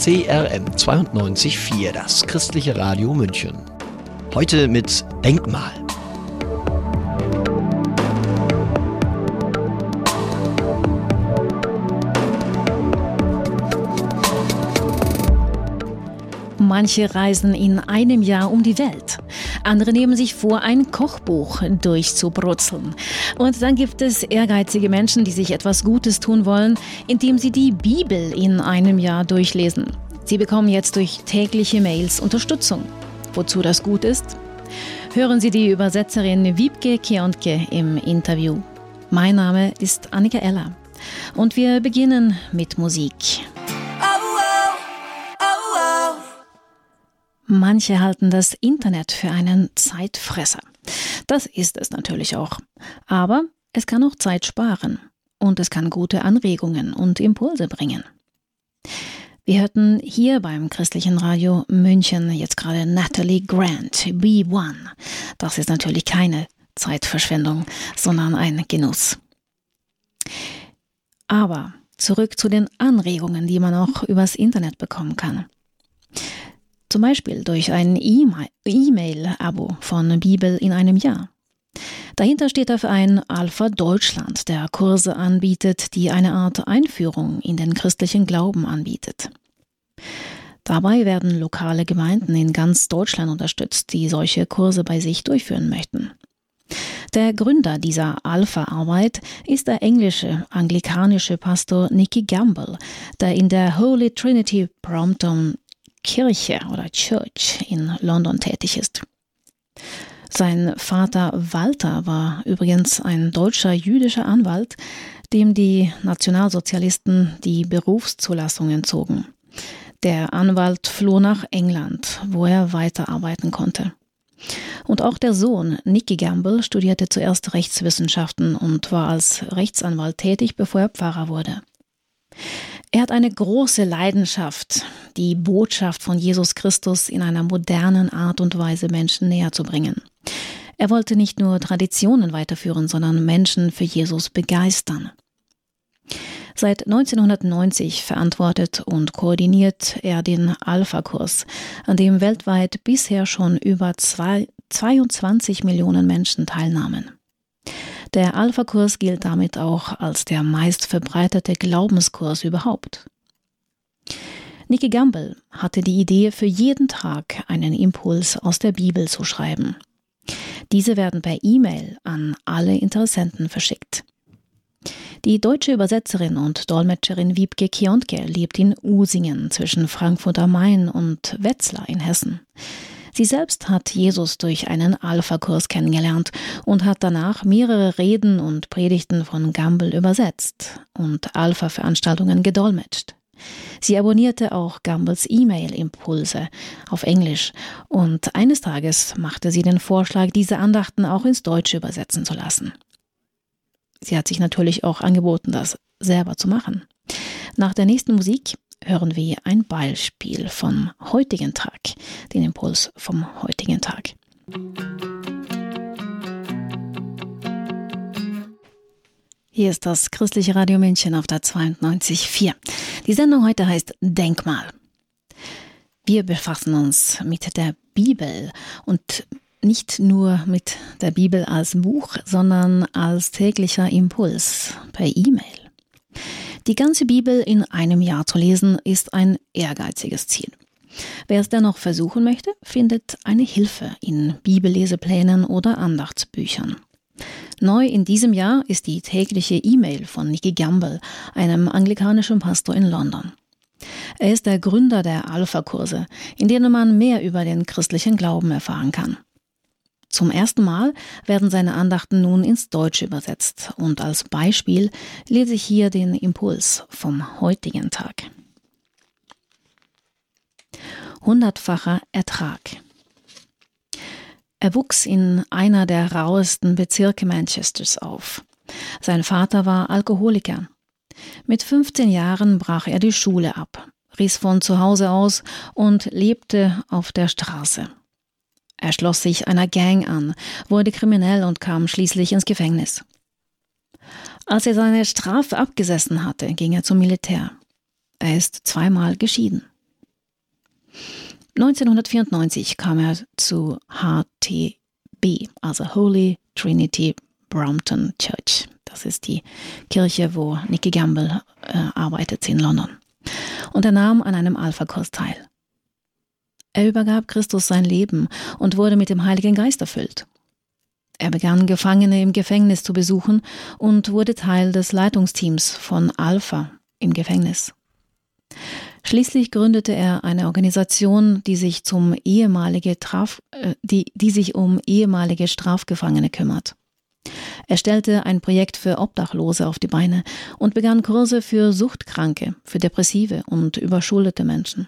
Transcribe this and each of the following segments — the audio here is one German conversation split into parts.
CRM 92.4, das christliche Radio München. Heute mit Denkmal. Manche reisen in einem Jahr um die Welt. Andere nehmen sich vor, ein Kochbuch durchzubrutzeln. Und dann gibt es ehrgeizige Menschen, die sich etwas Gutes tun wollen, indem sie die Bibel in einem Jahr durchlesen. Sie bekommen jetzt durch tägliche Mails Unterstützung. Wozu das gut ist? Hören Sie die Übersetzerin Wiebke Kiontke im Interview. Mein Name ist Annika Eller. Und wir beginnen mit Musik. Manche halten das Internet für einen Zeitfresser. Das ist es natürlich auch. Aber es kann auch Zeit sparen. Und es kann gute Anregungen und Impulse bringen. Wir hörten hier beim Christlichen Radio München jetzt gerade Natalie Grant, Be One. Das ist natürlich keine Zeitverschwendung, sondern ein Genuss. Aber zurück zu den Anregungen, die man auch übers Internet bekommen kann. Zum Beispiel durch ein E-Mail-Abo von Bibel in einem Jahr. Dahinter steht der Verein Alpha Deutschland, der Kurse anbietet, die eine Art Einführung in den christlichen Glauben anbietet. Dabei werden lokale Gemeinden in ganz Deutschland unterstützt, die solche Kurse bei sich durchführen möchten. Der Gründer dieser Alpha-Arbeit ist der englische anglikanische Pastor Nicky Gamble, der in der Holy Trinity Brompton Kirche oder Church in London tätig ist. Sein Vater Walter war übrigens ein deutscher jüdischer Anwalt, dem die Nationalsozialisten die Berufszulassung entzogen. Der Anwalt floh nach England, wo er weiterarbeiten konnte. Und auch der Sohn Nicky Gamble studierte zuerst Rechtswissenschaften und war als Rechtsanwalt tätig, bevor er Pfarrer wurde. Er hat eine große Leidenschaft, die Botschaft von Jesus Christus in einer modernen Art und Weise Menschen näher zu bringen. Er wollte nicht nur Traditionen weiterführen, sondern Menschen für Jesus begeistern. Seit 1990 verantwortet und koordiniert er den Alpha-Kurs, an dem weltweit bisher schon über 22 Millionen Menschen teilnahmen. Der Alpha-Kurs gilt damit auch als der meistverbreitete Glaubenskurs überhaupt. Nicky Gamble hatte die Idee, für jeden Tag einen Impuls aus der Bibel zu schreiben. Diese werden per E-Mail an alle Interessenten verschickt. Die deutsche Übersetzerin und Dolmetscherin Wiebke Kiontke lebt in Usingen zwischen Frankfurt am Main und Wetzlar in Hessen. Sie selbst hat Jesus durch einen Alpha-Kurs kennengelernt und hat danach mehrere Reden und Predigten von Gamble übersetzt und Alpha-Veranstaltungen gedolmetscht. Sie abonnierte auch Gambles E-Mail-Impulse auf Englisch und eines Tages machte sie den Vorschlag, diese Andachten auch ins Deutsche übersetzen zu lassen. Sie hat sich natürlich auch angeboten, das selber zu machen. Nach der nächsten Musik hören wir ein Beispiel vom heutigen Tag, den Impuls vom heutigen Tag. Hier ist das Christliche Radio München auf der 92.4. Die Sendung heute heißt Denkmal. Wir befassen uns mit der Bibel und nicht nur mit der Bibel als Buch, sondern als täglicher Impuls per E-Mail. Die ganze Bibel in einem Jahr zu lesen, ist ein ehrgeiziges Ziel. Wer es dennoch versuchen möchte, findet eine Hilfe in Bibelleseplänen oder Andachtsbüchern. Neu in diesem Jahr ist die tägliche E-Mail von Nicky Gamble, einem anglikanischen Pastor in London. Er ist der Gründer der Alpha-Kurse, in denen man mehr über den christlichen Glauben erfahren kann. Zum ersten Mal werden seine Andachten nun ins Deutsche übersetzt und als Beispiel lese ich hier den Impuls vom heutigen Tag. 100-facher Ertrag. Er wuchs in einer der rauesten Bezirke Manchesters auf. Sein Vater war Alkoholiker. Mit 15 Jahren brach er die Schule ab, riss von zu Hause aus und lebte auf der Straße. Er schloss sich einer Gang an, wurde kriminell und kam schließlich ins Gefängnis. Als er seine Strafe abgesessen hatte, ging er zum Militär. Er ist 2-mal geschieden. 1994 kam er zu HTB, also Holy Trinity Brompton Church. Das ist die Kirche, wo Nicky Gamble arbeitet in London. Und er nahm an einem Alpha-Kurs teil. Er übergab Christus sein Leben und wurde mit dem Heiligen Geist erfüllt. Er begann, Gefangene im Gefängnis zu besuchen und wurde Teil des Leitungsteams von Alpha im Gefängnis. Schließlich gründete er eine Organisation, die sich um ehemalige Strafgefangene kümmert. Er stellte ein Projekt für Obdachlose auf die Beine und begann Kurse für Suchtkranke, für Depressive und überschuldete Menschen.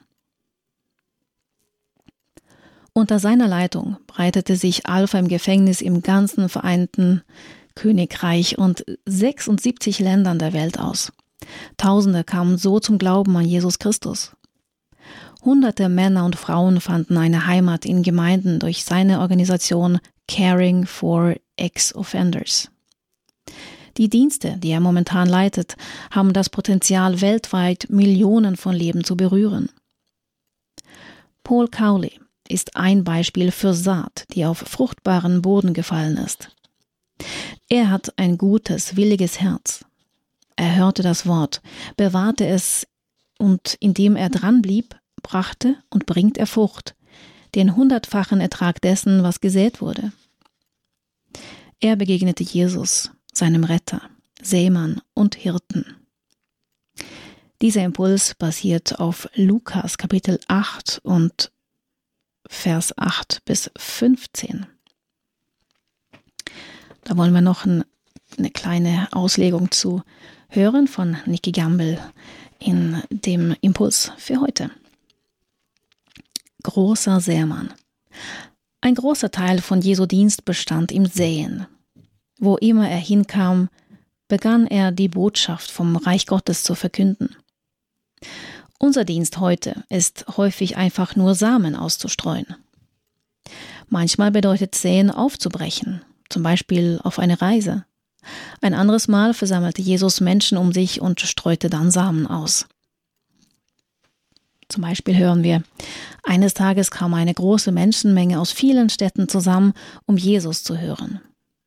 Unter seiner Leitung breitete sich Alpha im Gefängnis im ganzen Vereinten Königreich und 76 Ländern der Welt aus. Tausende kamen so zum Glauben an Jesus Christus. Hunderte Männer und Frauen fanden eine Heimat in Gemeinden durch seine Organisation Caring for Ex-Offenders. Die Dienste, die er momentan leitet, haben das Potenzial, weltweit Millionen von Leben zu berühren. Paul Cowley ist ein Beispiel für Saat, die auf fruchtbaren Boden gefallen ist. Er hat ein gutes, williges Herz. Er hörte das Wort, bewahrte es und indem er dranblieb, brachte und bringt er Frucht, den 100-fachen Ertrag dessen, was gesät wurde. Er begegnete Jesus, seinem Retter, Sämann und Hirten. Dieser Impuls basiert auf Lukas Kapitel 8 und Vers 8 bis 15. Da wollen wir noch eine kleine Auslegung zu hören von Nicky Gamble in dem Impuls für heute. Großer Sämann. Ein großer Teil von Jesu Dienst bestand im Säen. Wo immer er hinkam, begann er die Botschaft vom Reich Gottes zu verkünden. Unser Dienst heute ist häufig einfach nur Samen auszustreuen. Manchmal bedeutet Säen aufzubrechen, zum Beispiel auf eine Reise. Ein anderes Mal versammelte Jesus Menschen um sich und streute dann Samen aus. Zum Beispiel hören wir, eines Tages kam eine große Menschenmenge aus vielen Städten zusammen, um Jesus zu hören.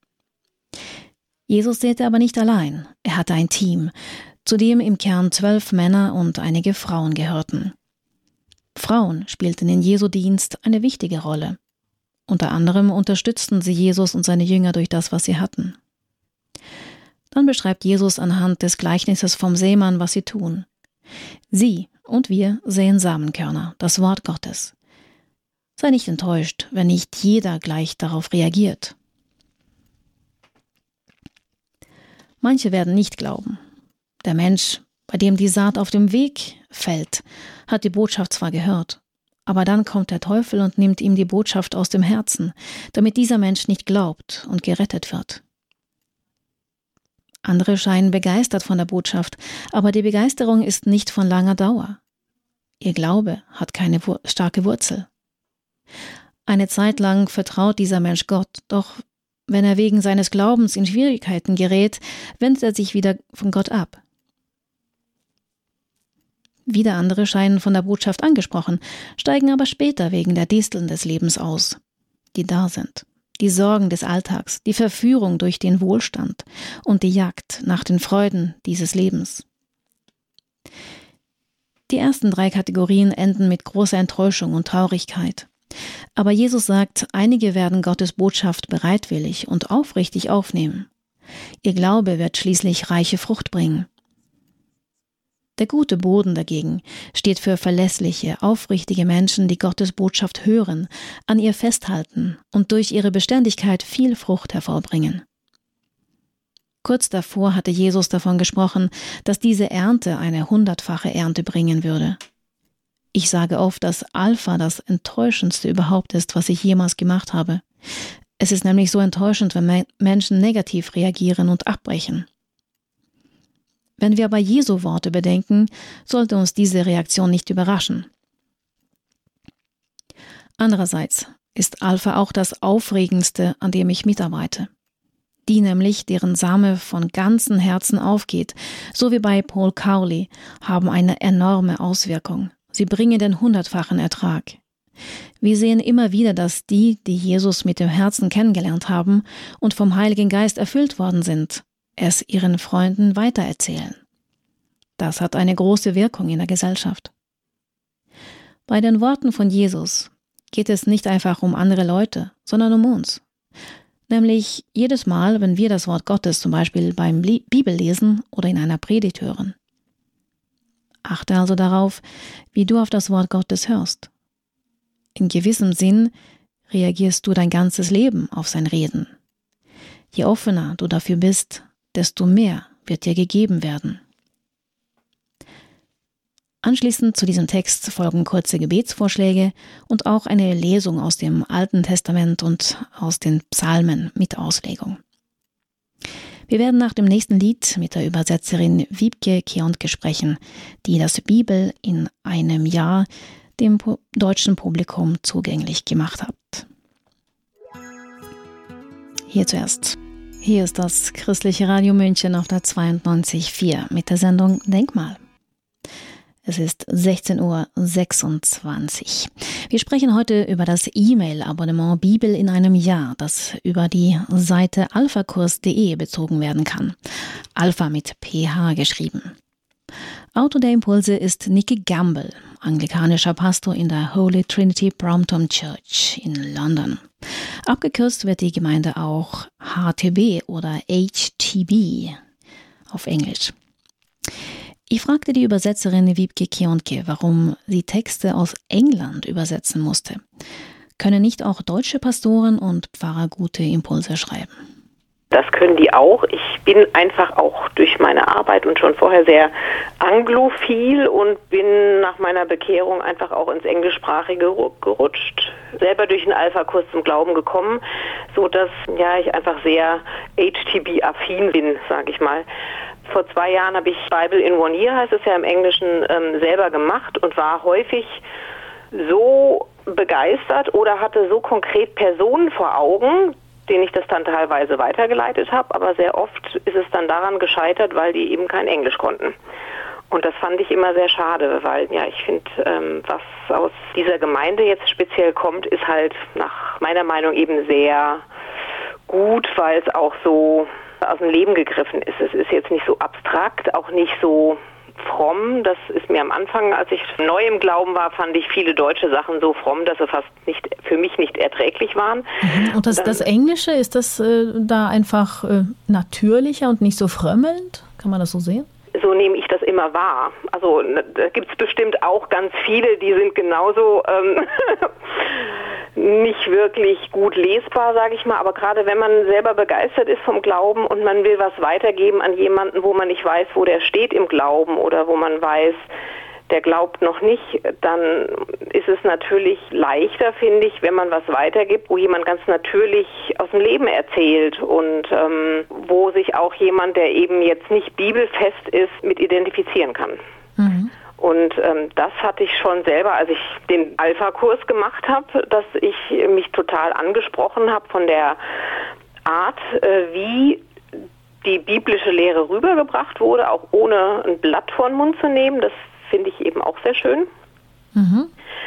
Jesus säte aber nicht allein, er hatte ein Team, zu dem im Kern 12 Männer und einige Frauen gehörten. Frauen spielten in Jesu Dienst eine wichtige Rolle. Unter anderem unterstützten sie Jesus und seine Jünger durch das, was sie hatten. Dann beschreibt Jesus anhand des Gleichnisses vom Sämann, was sie tun. Sie und wir säen Samenkörner, das Wort Gottes. Sei nicht enttäuscht, wenn nicht jeder gleich darauf reagiert. Manche werden nicht glauben. Der Mensch, bei dem die Saat auf dem Weg fällt, hat die Botschaft zwar gehört, aber dann kommt der Teufel und nimmt ihm die Botschaft aus dem Herzen, damit dieser Mensch nicht glaubt und gerettet wird. Andere scheinen begeistert von der Botschaft, aber die Begeisterung ist nicht von langer Dauer. Ihr Glaube hat keine starke Wurzel. Eine Zeit lang vertraut dieser Mensch Gott, doch wenn er wegen seines Glaubens in Schwierigkeiten gerät, wendet er sich wieder von Gott ab. Wieder andere scheinen von der Botschaft angesprochen, steigen aber später wegen der Disteln des Lebens aus, die da sind. Die Sorgen des Alltags, die Verführung durch den Wohlstand und die Jagd nach den Freuden dieses Lebens. Die ersten 3 Kategorien enden mit großer Enttäuschung und Traurigkeit. Aber Jesus sagt, einige werden Gottes Botschaft bereitwillig und aufrichtig aufnehmen. Ihr Glaube wird schließlich reiche Frucht bringen. Der gute Boden dagegen steht für verlässliche, aufrichtige Menschen, die Gottes Botschaft hören, an ihr festhalten und durch ihre Beständigkeit viel Frucht hervorbringen. Kurz davor hatte Jesus davon gesprochen, dass diese Ernte eine 100-fache Ernte bringen würde. Ich sage oft, dass Alpha das Enttäuschendste überhaupt ist, was ich jemals gemacht habe. Es ist nämlich so enttäuschend, wenn Menschen negativ reagieren und abbrechen. Wenn wir aber Jesu Worte bedenken, sollte uns diese Reaktion nicht überraschen. Andererseits ist Alpha auch das Aufregendste, an dem ich mitarbeite. Die nämlich, deren Same von ganzem Herzen aufgeht, so wie bei Paul Cowley, haben eine enorme Auswirkung. Sie bringen den 100-fachen Ertrag. Wir sehen immer wieder, dass die Jesus mit dem Herzen kennengelernt haben und vom Heiligen Geist erfüllt worden sind, es ihren Freunden weitererzählen. Das hat eine große Wirkung in der Gesellschaft. Bei den Worten von Jesus geht es nicht einfach um andere Leute, sondern um uns. Nämlich jedes Mal, wenn wir das Wort Gottes zum Beispiel beim Bibellesen oder in einer Predigt hören. Achte also darauf, wie du auf das Wort Gottes hörst. In gewissem Sinn reagierst du dein ganzes Leben auf sein Reden. Je offener du dafür bist, desto mehr wird dir gegeben werden. Anschließend zu diesem Text folgen kurze Gebetsvorschläge und auch eine Lesung aus dem Alten Testament und aus den Psalmen mit Auslegung. Wir werden nach dem nächsten Lied mit der Übersetzerin Wiebke Kionke sprechen, die das Bibel in einem Jahr dem deutschen Publikum zugänglich gemacht hat. Hier zuerst. Hier ist das Christliche Radio München auf der 92.4 mit der Sendung Denkmal. Es ist 16:26 Uhr. Wir sprechen heute über das E-Mail-Abonnement Bibel in einem Jahr, das über die Seite alphakurs.de bezogen werden kann. Alpha mit PH geschrieben. Autor der Impulse ist Nicky Gamble, anglikanischer Pastor in der Holy Trinity Brompton Church in London. Abgekürzt wird die Gemeinde auch HTB oder HTB auf Englisch. Ich fragte die Übersetzerin Wiebke Kionke, warum sie Texte aus England übersetzen musste. Können nicht auch deutsche Pastoren und Pfarrer gute Impulse schreiben? Das können die auch. Ich bin einfach auch durch meine Arbeit und schon vorher sehr anglophil und bin nach meiner Bekehrung einfach auch ins Englischsprachige gerutscht. Selber durch einen Alpha-Kurs zum Glauben gekommen, so dass ich einfach sehr HTB-affin bin, sage ich mal. Vor 2 Jahren habe ich Bible in One Year, heißt es ja im Englischen, selber gemacht und war häufig so begeistert oder hatte so konkret Personen vor Augen, denen ich das dann teilweise weitergeleitet habe, aber sehr oft ist es dann daran gescheitert, weil die eben kein Englisch konnten. Und das fand ich immer sehr schade, weil ich finde, was aus dieser Gemeinde jetzt speziell kommt, ist halt nach meiner Meinung eben sehr gut, weil es auch so aus dem Leben gegriffen ist. Es ist jetzt nicht so abstrakt, auch nicht so fromm. Das ist mir am Anfang, als ich neu im Glauben war, fand ich viele deutsche Sachen so fromm, dass sie fast für mich nicht erträglich waren. Und das Englische, ist das da einfach natürlicher und nicht so frömmelnd? Kann man das so sehen? So nehme ich das immer wahr. Also da gibt es bestimmt auch ganz viele, die sind genauso nicht wirklich gut lesbar, sage ich mal. Aber gerade wenn man selber begeistert ist vom Glauben und man will was weitergeben an jemanden, wo man nicht weiß, wo der steht im Glauben oder wo man weiß, der glaubt noch nicht, dann ist es natürlich leichter, finde ich, wenn man was weitergibt, wo jemand ganz natürlich aus dem Leben erzählt und wo sich auch jemand, der eben jetzt nicht bibelfest ist, mit identifizieren kann. Mhm. Und das hatte ich schon selber, als ich den Alpha-Kurs gemacht habe, dass ich mich total angesprochen habe von der Art, wie die biblische Lehre rübergebracht wurde, auch ohne ein Blatt vor den Mund zu nehmen. Das finde ich eben auch sehr schön. Mhm.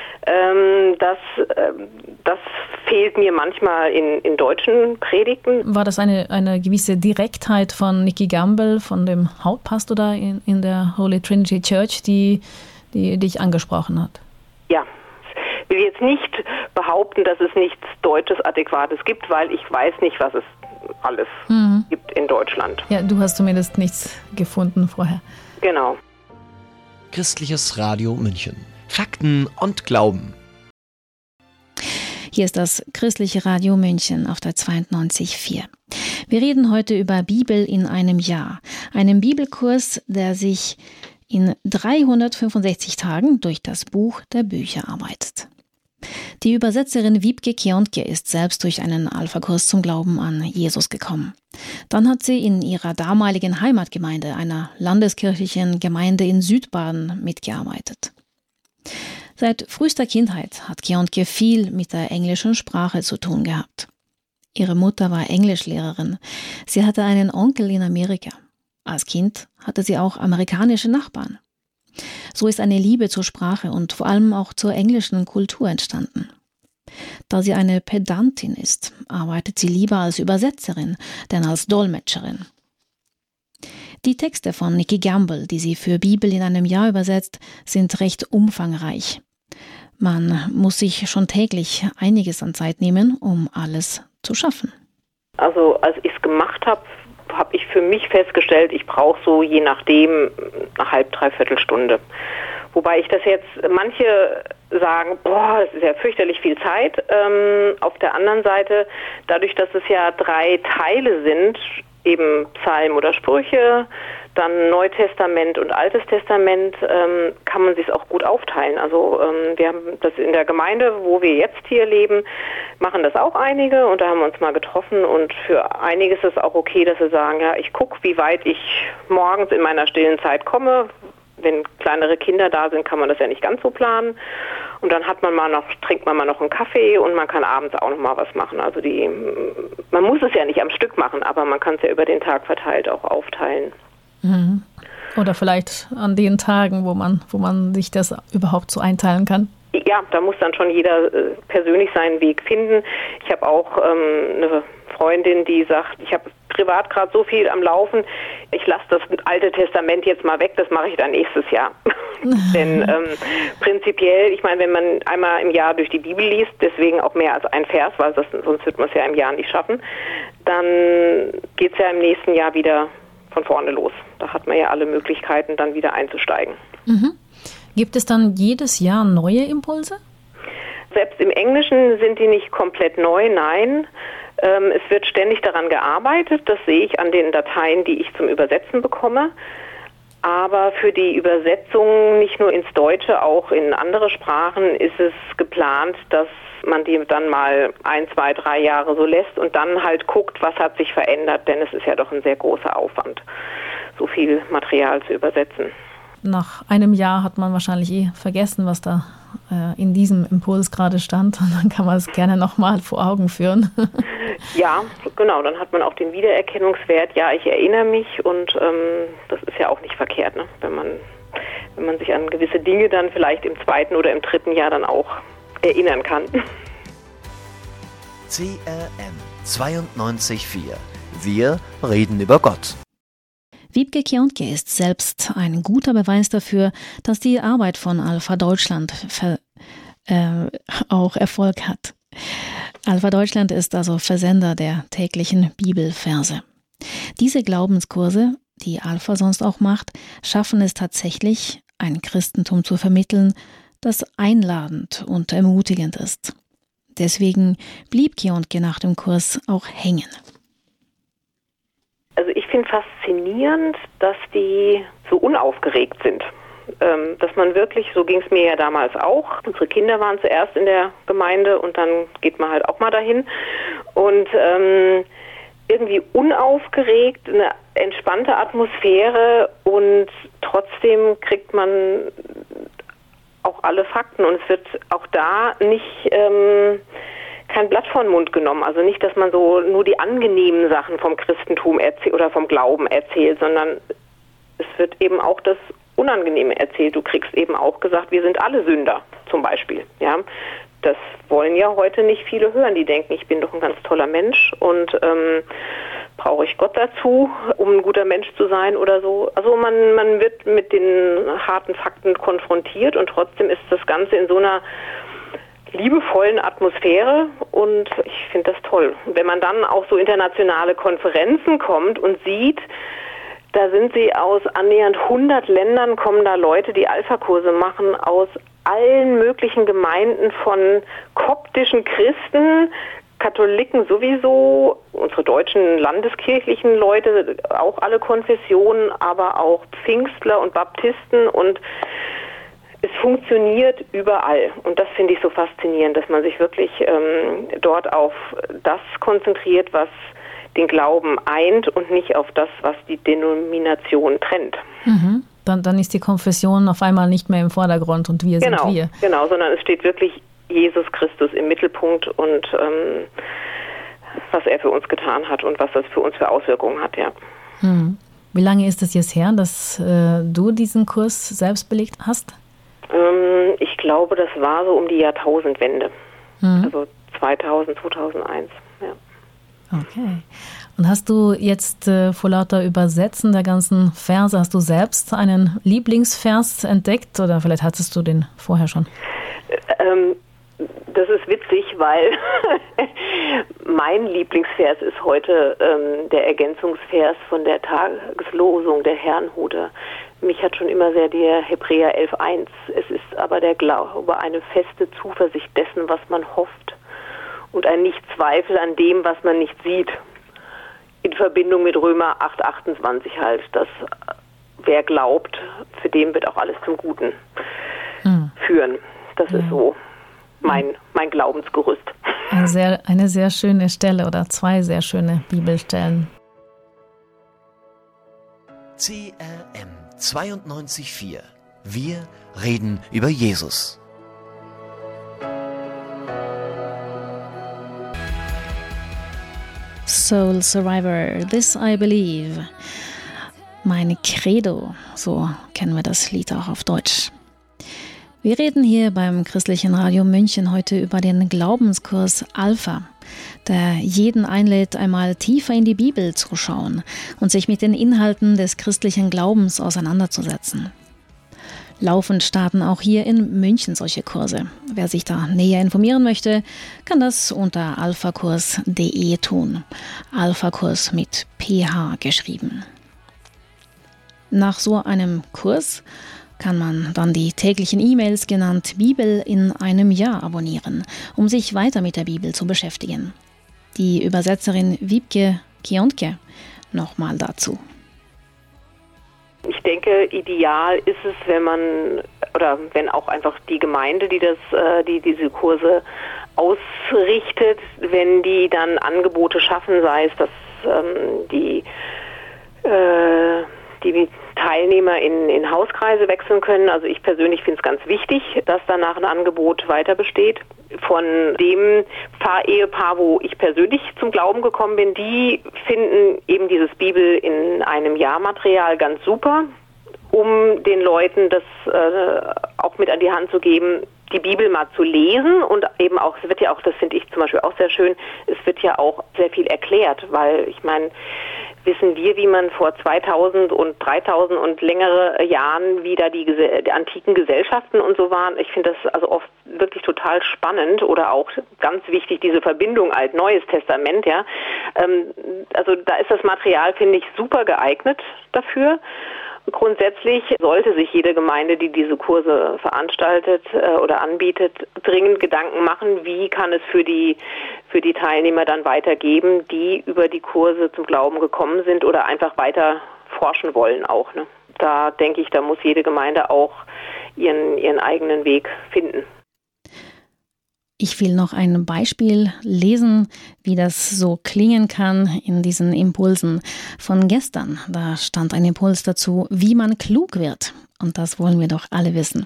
Das fehlt mir manchmal in deutschen Predigten. War das eine gewisse Direktheit von Nicky Gamble, von dem Hauptpastor da in der Holy Trinity Church, die dich angesprochen hat? Ja. Ich will jetzt nicht behaupten, dass es nichts Deutsches Adäquates gibt, weil ich weiß nicht, was es alles gibt in Deutschland. Ja, du hast zumindest nichts gefunden vorher. Genau. Christliches Radio München. Fakten und Glauben. Hier ist das Christliche Radio München auf der 92.4. Wir reden heute über Bibel in einem Jahr, einem Bibelkurs, der sich in 365 Tagen durch das Buch der Bücher arbeitet. Die Übersetzerin Wiebke Kionke ist selbst durch einen Alpha-Kurs zum Glauben an Jesus gekommen. Dann hat sie in ihrer damaligen Heimatgemeinde, einer landeskirchlichen Gemeinde in Südbaden, mitgearbeitet. Seit frühester Kindheit hat Kionke viel mit der englischen Sprache zu tun gehabt. Ihre Mutter war Englischlehrerin. Sie hatte einen Onkel in Amerika. Als Kind hatte sie auch amerikanische Nachbarn. So ist eine Liebe zur Sprache und vor allem auch zur englischen Kultur entstanden. Da sie eine Pedantin ist, arbeitet sie lieber als Übersetzerin, denn als Dolmetscherin. Die Texte von Nicky Gamble, die sie für Bibel in einem Jahr übersetzt, sind recht umfangreich. Man muss sich schon täglich einiges an Zeit nehmen, um alles zu schaffen. Also als ich es gemacht habe, habe ich für mich festgestellt, ich brauche so je nachdem eine halbe, dreiviertel Stunde. Wobei ich das jetzt, manche sagen, boah, das ist ja fürchterlich viel Zeit. Auf der anderen Seite, dadurch, dass es ja 3 Teile sind, eben Psalm oder Sprüche, dann Neutestament und Altes Testament, kann man sich es auch gut aufteilen. Also wir haben das in der Gemeinde, wo wir jetzt hier leben, machen das auch einige und da haben wir uns mal getroffen und für einige ist es auch okay, dass sie sagen, ja, ich gucke, wie weit ich morgens in meiner stillen Zeit komme. Wenn kleinere Kinder da sind, kann man das ja nicht ganz so planen. Und dann trinkt man mal noch einen Kaffee und man kann abends auch noch mal was machen. Also man muss es ja nicht am Stück machen, aber man kann es ja über den Tag verteilt auch aufteilen. Mhm. Oder vielleicht an den Tagen, wo man sich das überhaupt so einteilen kann. Ja, da muss dann schon jeder persönlich seinen Weg finden. Ich habe auch eine Freundin, die sagt, ich habe privat gerade so viel am Laufen, ich lasse das Alte Testament jetzt mal weg, das mache ich dann nächstes Jahr. Denn prinzipiell, ich meine, wenn man einmal im Jahr durch die Bibel liest, deswegen auch mehr als ein Vers, weil sonst wird man es ja im Jahr nicht schaffen, dann geht es ja im nächsten Jahr wieder von vorne los. Da hat man ja alle Möglichkeiten, dann wieder einzusteigen. Mhm. Gibt es dann jedes Jahr neue Impulse? Selbst im Englischen sind die nicht komplett neu, nein. Es wird ständig daran gearbeitet, das sehe ich an den Dateien, die ich zum Übersetzen bekomme. Aber für die Übersetzung nicht nur ins Deutsche, auch in andere Sprachen ist es geplant, dass man die dann mal 1, 2, 3 Jahre so lässt und dann halt guckt, was hat sich verändert, denn es ist ja doch ein sehr großer Aufwand, so viel Material zu übersetzen. Nach einem Jahr hat man wahrscheinlich vergessen, was da in diesem Impuls gerade stand und dann kann man es gerne nochmal vor Augen führen. Ja, genau, dann hat man auch den Wiedererkennungswert, ja, ich erinnere mich und das ist ja auch nicht verkehrt, ne? Wenn man sich an gewisse Dinge dann vielleicht im 2. oder im 3. Jahr dann auch erinnern kann. CRM 92.4. Wir reden über Gott. Wiebke Kionke ist selbst ein guter Beweis dafür, dass die Arbeit von Alpha Deutschland auch Erfolg hat. Alpha Deutschland ist also Versender der täglichen Bibelverse. Diese Glaubenskurse, die Alpha sonst auch macht, schaffen es tatsächlich, ein Christentum zu vermitteln, das einladend und ermutigend ist. Deswegen blieb Kionke nach dem Kurs auch hängen. Also ich finde faszinierend, dass die so unaufgeregt sind. Dass man wirklich, so ging es mir ja damals auch, unsere Kinder waren zuerst in der Gemeinde und dann geht man halt auch mal dahin. Und irgendwie unaufgeregt, eine entspannte Atmosphäre und trotzdem kriegt man auch alle Fakten und es wird auch da nicht kein Blatt vor den Mund genommen. Also nicht, dass man so nur die angenehmen Sachen vom Christentum erzählt oder vom Glauben erzählt, sondern es wird eben auch das Unangenehme erzählt. Du kriegst eben auch gesagt, wir sind alle Sünder, zum Beispiel. Ja, das wollen ja heute nicht viele hören. Die denken, ich bin doch ein ganz toller Mensch und brauche ich Gott dazu, um ein guter Mensch zu sein oder so. Also man wird mit den harten Fakten konfrontiert und trotzdem ist das Ganze in so einer liebevollen Atmosphäre und ich finde das toll. Wenn man dann auf so internationale Konferenzen kommt und sieht, da sind sie aus annähernd 100 Ländern, kommen da Leute, die Alpha-Kurse machen, aus allen möglichen Gemeinden von koptischen Christen, Katholiken sowieso, unsere deutschen landeskirchlichen Leute, auch alle Konfessionen, aber auch Pfingstler und Baptisten und es funktioniert überall und das finde ich so faszinierend, dass man sich wirklich dort auf das konzentriert, was den Glauben eint und nicht auf das, was die Denomination trennt. Mhm. Dann ist die Konfession auf einmal nicht mehr im Vordergrund und wir sind wir. Genau, sondern es steht wirklich Jesus Christus im Mittelpunkt und was er für uns getan hat und was das für uns für Auswirkungen hat, ja. Mhm. Wie lange ist es jetzt her, dass du diesen Kurs selbst belegt hast? Ich glaube, das war so um die Jahrtausendwende. Also 2000, 2001, ja. Okay. Und hast du jetzt vor lauter Übersetzen der ganzen Verse, hast du selbst einen Lieblingsvers entdeckt oder vielleicht hattest du den vorher schon? Das ist witzig, weil mein Lieblingsvers ist heute der Ergänzungsvers von der Tageslosung der Herrnhuter. Mich hat schon immer sehr der Hebräer 11,1. Es ist aber der Glaube eine feste Zuversicht dessen, was man hofft und ein Nicht-Zweifel an dem, was man nicht sieht. In Verbindung mit Römer 8,28 halt, dass wer glaubt, für den wird auch alles zum Guten führen. Das ist so mein Glaubensgerüst. Eine sehr schöne Stelle oder zwei sehr schöne Bibelstellen. CRM 92.4. Wir reden über Jesus. Soul Survivor, This I Believe. Mein Credo, so kennen wir das Lied auch auf Deutsch. Wir reden hier beim Christlichen Radio München heute über den Glaubenskurs Alpha, der jeden einlädt, einmal tiefer in die Bibel zu schauen und sich mit den Inhalten des christlichen Glaubens auseinanderzusetzen. Laufend starten auch hier in München solche Kurse. Wer sich da näher informieren möchte, kann das unter alphakurs.de tun. Alphakurs mit PH geschrieben. Nach so einem Kurs kann man dann die täglichen E-Mails genannt Bibel in einem Jahr abonnieren, um sich weiter mit der Bibel zu beschäftigen. Die Übersetzerin Wiebke Kiontke nochmal dazu. Ich denke, ideal ist es, wenn auch einfach die Gemeinde, die diese Kurse ausrichtet, wenn die dann Angebote schaffen, sei es, dass die Teilnehmer in Hauskreise wechseln können. Also ich persönlich finde es ganz wichtig, dass danach ein Angebot weiter besteht. Von dem Pfarrehepaar, wo ich persönlich zum Glauben gekommen bin, die finden eben dieses Bibel in einem Jahr Material ganz super, um den Leuten das auch mit an die Hand zu geben, die Bibel mal zu lesen und eben auch, es wird ja auch, das finde ich zum Beispiel auch sehr schön, es wird ja auch sehr viel erklärt, weil ich meine, wissen wir, wie man vor 2000 und 3000 und längere Jahren wieder die antiken Gesellschaften und so waren. Ich finde das also oft wirklich total spannend oder auch ganz wichtig, diese Verbindung Alt-Neues Testament, ja. Also da ist das Material, finde ich, super geeignet dafür. Grundsätzlich sollte sich jede Gemeinde, die diese Kurse veranstaltet oder anbietet, dringend Gedanken machen, wie kann es für die Teilnehmer dann weitergeben, die über die Kurse zum Glauben gekommen sind oder einfach weiter forschen wollen auch. Ne? Da denke ich, da muss jede Gemeinde auch ihren eigenen Weg finden. Ich will noch ein Beispiel lesen, wie das so klingen kann in diesen Impulsen von gestern. Da stand ein Impuls dazu, wie man klug wird. Und das wollen wir doch alle wissen.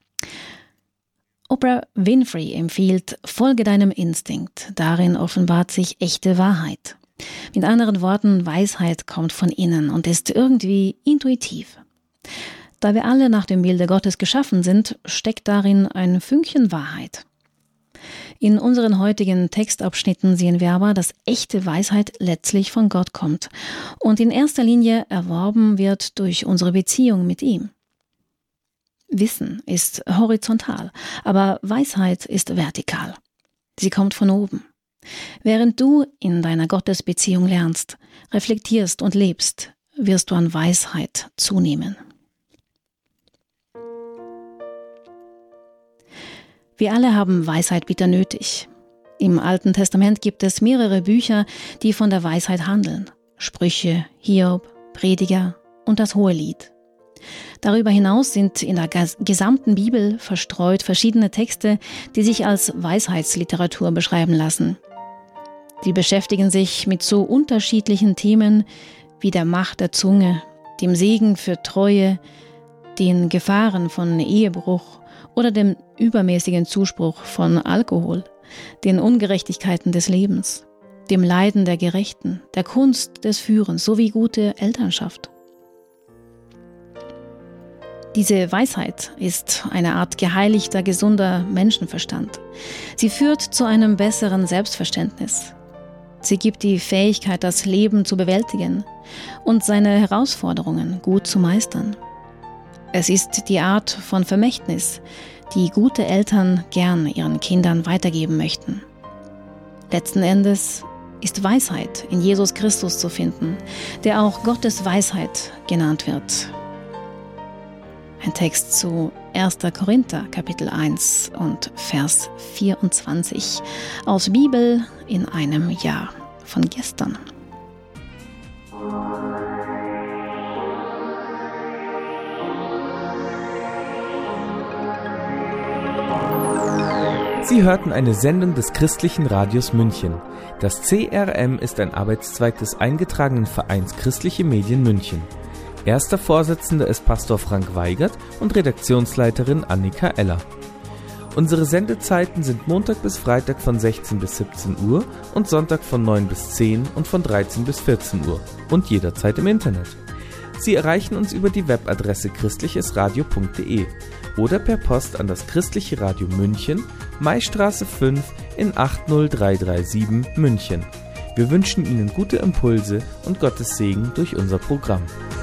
Oprah Winfrey empfiehlt, folge deinem Instinkt. Darin offenbart sich echte Wahrheit. Mit anderen Worten, Weisheit kommt von innen und ist irgendwie intuitiv. Da wir alle nach dem Bilde Gottes geschaffen sind, steckt darin ein Fünkchen Wahrheit. In unseren heutigen Textabschnitten sehen wir aber, dass echte Weisheit letztlich von Gott kommt und in erster Linie erworben wird durch unsere Beziehung mit ihm. Wissen ist horizontal, aber Weisheit ist vertikal. Sie kommt von oben. Während du in deiner Gottesbeziehung lernst, reflektierst und lebst, wirst du an Weisheit zunehmen. Wir alle haben Weisheit bitter nötig. Im Alten Testament gibt es mehrere Bücher, die von der Weisheit handeln. Sprüche, Hiob, Prediger und das Hohelied. Darüber hinaus sind in der gesamten Bibel verstreut verschiedene Texte, die sich als Weisheitsliteratur beschreiben lassen. Die beschäftigen sich mit so unterschiedlichen Themen wie der Macht der Zunge, dem Segen für Treue, den Gefahren von Ehebruch oder dem übermäßigen Zuspruch von Alkohol, den Ungerechtigkeiten des Lebens, dem Leiden der Gerechten, der Kunst des Führens sowie gute Elternschaft, Diese Weisheit ist eine Art geheiligter, gesunder Menschenverstand. Sie führt zu einem besseren Selbstverständnis. Sie gibt die Fähigkeit, das Leben zu bewältigen und seine Herausforderungen gut zu meistern. Es ist die Art von Vermächtnis, die gute Eltern gern ihren Kindern weitergeben möchten. Letzten Endes ist Weisheit in Jesus Christus zu finden, der auch Gottes Weisheit genannt wird. Ein Text zu 1. Korinther, Kapitel 1 und Vers 24 aus Bibel in einem Jahr von gestern. Sie hörten eine Sendung des Christlichen Radios München. Das CRM ist ein Arbeitszweig des eingetragenen Vereins Christliche Medien München. Erster Vorsitzender ist Pastor Frank Weigert und Redaktionsleiterin Annika Eller. Unsere Sendezeiten sind Montag bis Freitag von 16 bis 17 Uhr und Sonntag von 9 bis 10 und von 13 bis 14 Uhr und jederzeit im Internet. Sie erreichen uns über die Webadresse christlichesradio.de oder per Post an das Christliche Radio München, Maistraße 5 in 80337 München. Wir wünschen Ihnen gute Impulse und Gottes Segen durch unser Programm.